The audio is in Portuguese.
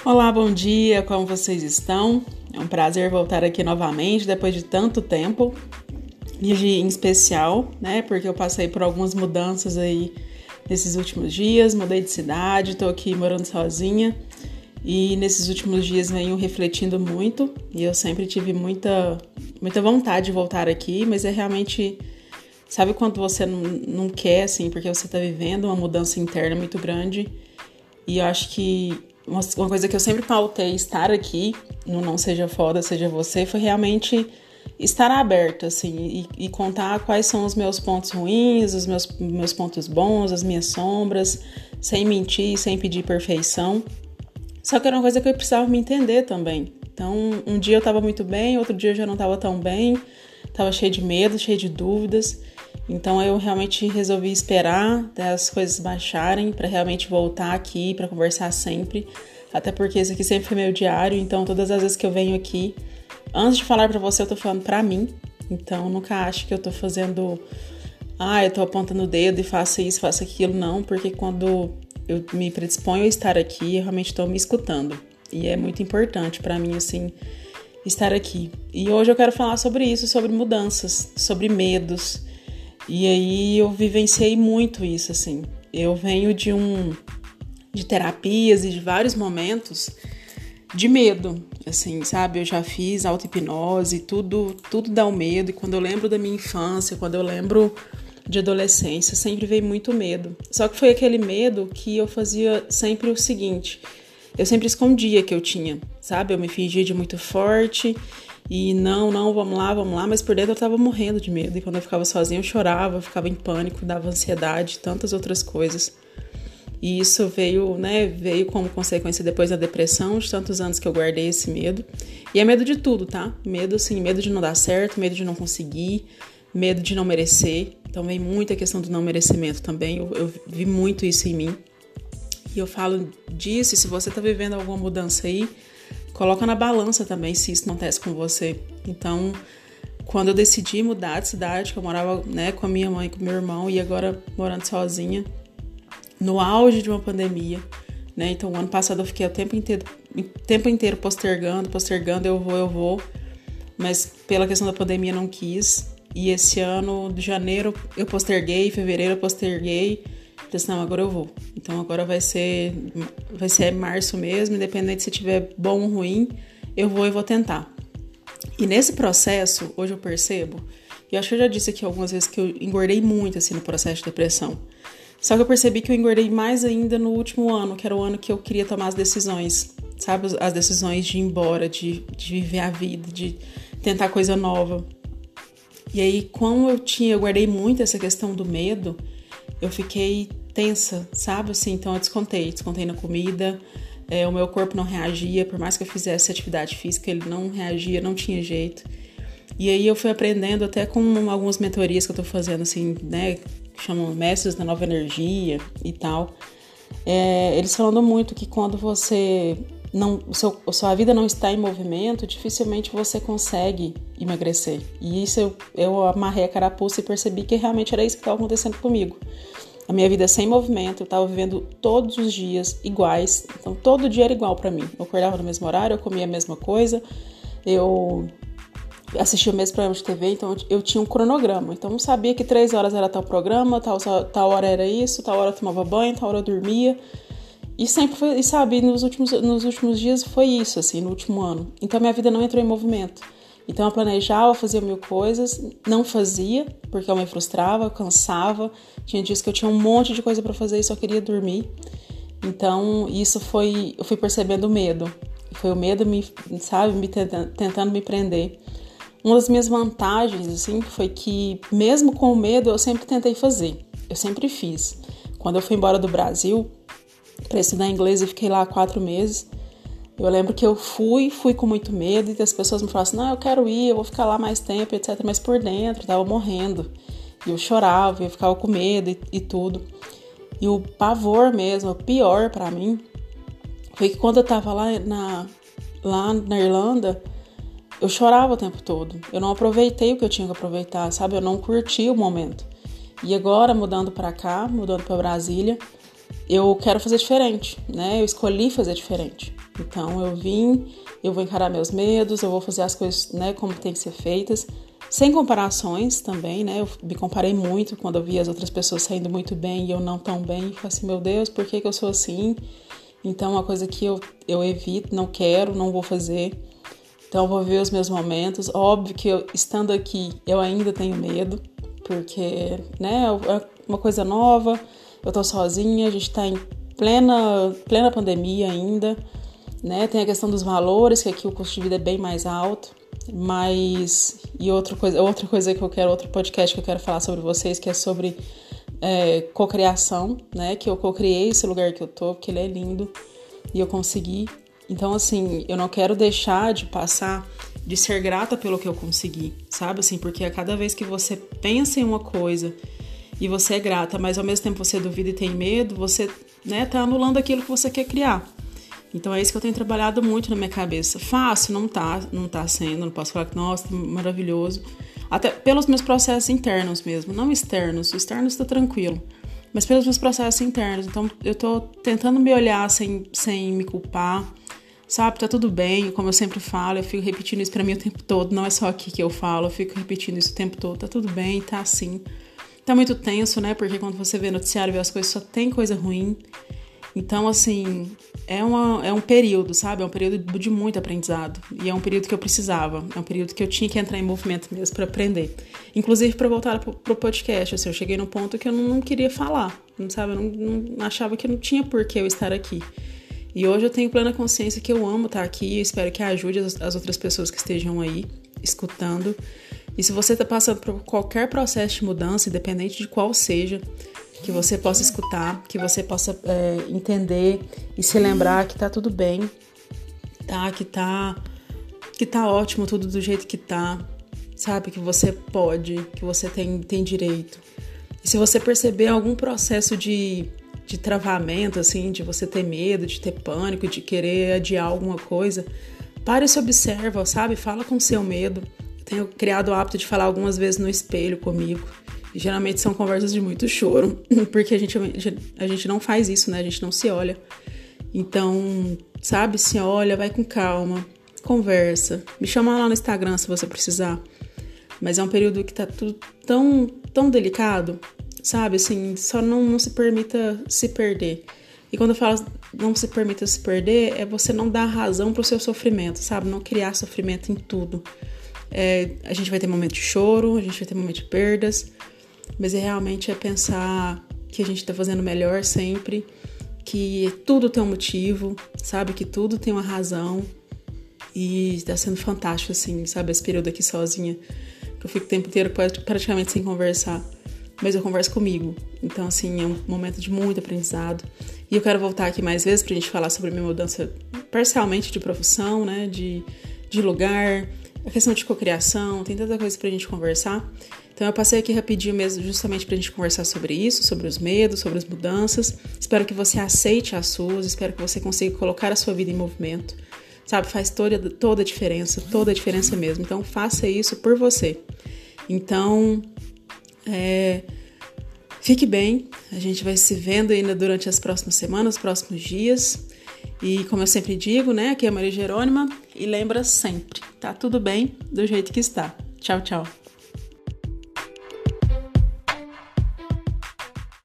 Olá, bom dia, como vocês estão? É um prazer voltar aqui novamente depois de tanto tempo. E em especial, né, porque eu passei por algumas mudanças aí nesses últimos dias, mudei de cidade, estou aqui morando sozinha e nesses últimos dias venho refletindo muito e eu sempre tive muita vontade de voltar aqui, mas é realmente, sabe quando você não quer, assim, porque você está vivendo uma mudança interna muito grande e eu acho que uma coisa que eu sempre pautei estar aqui, no Não Seja Foda, Seja Você, foi realmente estar aberta, assim, e contar quais são os meus pontos ruins, os meus pontos bons, as minhas sombras, sem mentir, sem pedir perfeição. Só que era uma coisa que eu precisava me entender também. Então, um dia eu tava muito bem, outro dia eu já não tava tão bem, tava cheio de medo, cheio de dúvidas. Então, eu realmente resolvi esperar até as coisas baixarem para realmente voltar aqui, para conversar sempre. Até porque esse aqui sempre foi meu diário, então todas as vezes que eu venho aqui, antes de falar pra você, eu tô falando pra mim. Então, nunca acho que eu tô fazendo... eu tô apontando o dedo e faço isso, faço aquilo. Não, porque quando eu me predisponho a estar aqui, eu realmente tô me escutando. E é muito importante pra mim, assim, estar aqui. E hoje eu quero falar sobre isso, sobre mudanças, sobre medos. E aí eu vivenciei muito isso, assim. Eu venho de terapias e de vários momentos de medo, assim, sabe? Eu já fiz auto-hipnose, tudo dá um medo. E quando eu lembro da minha infância, quando eu lembro de adolescência, sempre veio muito medo. Só que foi aquele medo que eu fazia sempre o seguinte, eu sempre escondia que eu tinha, sabe? Eu me fingia de muito forte e não, vamos lá, mas por dentro eu tava morrendo de medo. E quando eu ficava sozinha eu chorava, eu ficava em pânico, dava ansiedade, tantas outras coisas. E isso veio como consequência depois da depressão, de tantos anos que eu guardei esse medo. E é medo de tudo, tá? Medo, assim, medo de não dar certo, medo de não conseguir, medo de não merecer. Então vem muito a questão do não merecimento também. Eu vi muito isso em mim. E eu falo disso, e se você tá vivendo alguma mudança aí, coloca na balança também se isso acontece com você. Então, quando eu decidi mudar de cidade, que eu morava, né, com a minha mãe, com o meu irmão, e agora morando sozinha, no auge de uma pandemia, né? Então, o ano passado eu fiquei o tempo inteiro postergando, eu vou, mas pela questão da pandemia não quis. E esse ano, de janeiro, eu posterguei, fevereiro eu posterguei, disse, não, agora eu vou. Então, agora vai ser março mesmo, independente se tiver bom ou ruim, eu vou tentar. E nesse processo, hoje eu percebo, e acho que eu já disse aqui algumas vezes que eu engordei muito, assim, no processo de depressão. Só que eu percebi que eu engordei mais ainda no último ano, que era o ano que eu queria tomar as decisões, sabe? As decisões de ir embora, de viver a vida, de tentar coisa nova. E aí, como eu guardei muito essa questão do medo, eu fiquei tensa, sabe? Assim, então eu descontei na comida, o meu corpo não reagia, por mais que eu fizesse atividade física, ele não reagia, não tinha jeito. E aí eu fui aprendendo até com algumas mentorias que eu tô fazendo, assim, né? Que chamam Mestres da Nova Energia e tal. Eles falando muito que quando você sua vida não está em movimento, dificilmente você consegue emagrecer. E isso eu amarrei a carapuça e percebi que realmente era isso que estava acontecendo comigo. A minha vida sem movimento, eu estava vivendo todos os dias iguais. Então todo dia era igual para mim. Eu acordava no mesmo horário, eu comia a mesma coisa, eu assistia o mesmo programa de TV, então eu tinha um cronograma. Então eu sabia que 3 horas era tal programa, tal hora era isso, tal hora eu tomava banho, tal hora eu dormia. E sempre foi, e sabe, nos últimos dias foi isso, assim, no último ano. Então minha vida não entrou em movimento. Então eu planejava, fazia 1000 coisas, não fazia, porque eu me frustrava, eu cansava. Tinha dias que eu tinha um monte de coisa pra fazer e só queria dormir. Então eu fui percebendo o medo. Foi o medo, tentando me prender. Uma das minhas vantagens, assim, foi que mesmo com o medo, eu sempre tentei fazer. Eu sempre fiz. Quando eu fui embora do Brasil para estudar inglês, eu fiquei lá 4 meses. Eu lembro que eu fui com muito medo e as pessoas me falavam assim, não, eu quero ir, eu vou ficar lá mais tempo, etc. Mas por dentro eu tava morrendo. E eu chorava, eu ficava com medo e tudo. E o pavor mesmo, o pior pra mim, foi que quando eu tava lá na Irlanda, eu chorava o tempo todo. Eu não aproveitei o que eu tinha que aproveitar, sabe? Eu não curti o momento. E agora, mudando pra cá, mudando pra Brasília, eu quero fazer diferente, né? Eu escolhi fazer diferente. Então eu vou encarar meus medos, eu vou fazer as coisas, né, como tem que ser feitas, sem comparações também, né? Eu me comparei muito quando eu vi as outras pessoas saindo muito bem e eu não tão bem. E falei assim, meu Deus, por que eu sou assim? Então, uma coisa que eu evito, não quero, não vou fazer. Então, eu vou ver os meus momentos. Óbvio que estando aqui, eu ainda tenho medo, porque, né, é uma coisa nova, eu tô sozinha, a gente tá em plena pandemia ainda, né? Tem a questão dos valores, que aqui o custo de vida é bem mais alto. Mas, e outra coisa que eu quero, outro podcast que eu quero falar sobre vocês, que é sobre cocriação, né? Que eu cocriei esse lugar que eu tô, porque ele é lindo e eu consegui. Então, assim, eu não quero deixar de passar, de ser grata pelo que eu consegui, sabe? Assim, porque a cada vez que você pensa em uma coisa e você é grata, mas ao mesmo tempo você duvida e tem medo, você, né, tá anulando aquilo que você quer criar. Então é isso que eu tenho trabalhado muito na minha cabeça. Fácil, não tá sendo, não posso falar que, nossa, maravilhoso. Até pelos meus processos internos mesmo, não externos. O externo está tranquilo, mas pelos meus processos internos. Então eu tô tentando me olhar sem me culpar, sabe? Tá tudo bem, como eu sempre falo, eu fico repetindo isso pra mim o tempo todo. Não é só aqui que eu falo, eu fico repetindo isso o tempo todo. Tá tudo bem, tá assim. Tá muito tenso, né? Porque quando você vê noticiário, vê as coisas, só tem coisa ruim. Então, assim, é um período, sabe? É um período de muito aprendizado. E é um período que eu precisava. É um período que eu tinha que entrar em movimento mesmo para aprender. Inclusive para voltar pro podcast. Assim, eu cheguei num ponto que eu não queria falar, não sabe? Eu não achava que não tinha por que eu estar aqui. E hoje eu tenho plena consciência que eu amo estar aqui. Eu espero que ajude as outras pessoas que estejam aí escutando. E se você está passando por qualquer processo de mudança, independente de qual seja, que você possa escutar, que você possa entender e se lembrar que tá tudo bem, tá? Que tá ótimo tudo do jeito que tá, sabe? Que você pode, que você tem direito. E se você perceber algum processo de travamento, assim, de você ter medo, de ter pânico, de querer adiar alguma coisa, para e se observa, sabe? Fala com o seu medo. Eu tenho criado o hábito de falar algumas vezes no espelho comigo. E geralmente são conversas de muito choro, porque a gente não faz isso, né? A gente não se olha. Então, sabe? Se olha, vai com calma, conversa. Me chama lá no Instagram se você precisar. Mas é um período que tá tudo tão delicado, sabe? Assim, só não se permita se perder. E quando eu falo não se permita se perder, é você não dar razão pro seu sofrimento, sabe? Não criar sofrimento em tudo. A gente vai ter momento de choro, a gente vai ter momento de perdas, mas realmente é pensar que a gente tá fazendo melhor sempre, que tudo tem um motivo, sabe? Que tudo tem uma razão. E tá sendo fantástico, assim, sabe? Esse período aqui sozinha, que eu fico o tempo inteiro praticamente sem conversar, mas eu converso comigo. Então, assim, é um momento de muito aprendizado. E eu quero voltar aqui mais vezes pra gente falar sobre a minha mudança parcialmente de profissão, né? De lugar, a questão de cocriação, tem tanta coisa pra gente conversar. Então eu passei aqui rapidinho mesmo justamente pra gente conversar sobre isso, sobre os medos, sobre as mudanças. Espero que você aceite as suas, espero que você consiga colocar a sua vida em movimento. Sabe, faz toda a diferença mesmo. Então faça isso por você. Então, fique bem, a gente vai se vendo ainda durante as próximas semanas, os próximos dias. E como eu sempre digo, né, aqui é a Maria Jerônima, e lembra sempre, tá tudo bem do jeito que está. Tchau, tchau.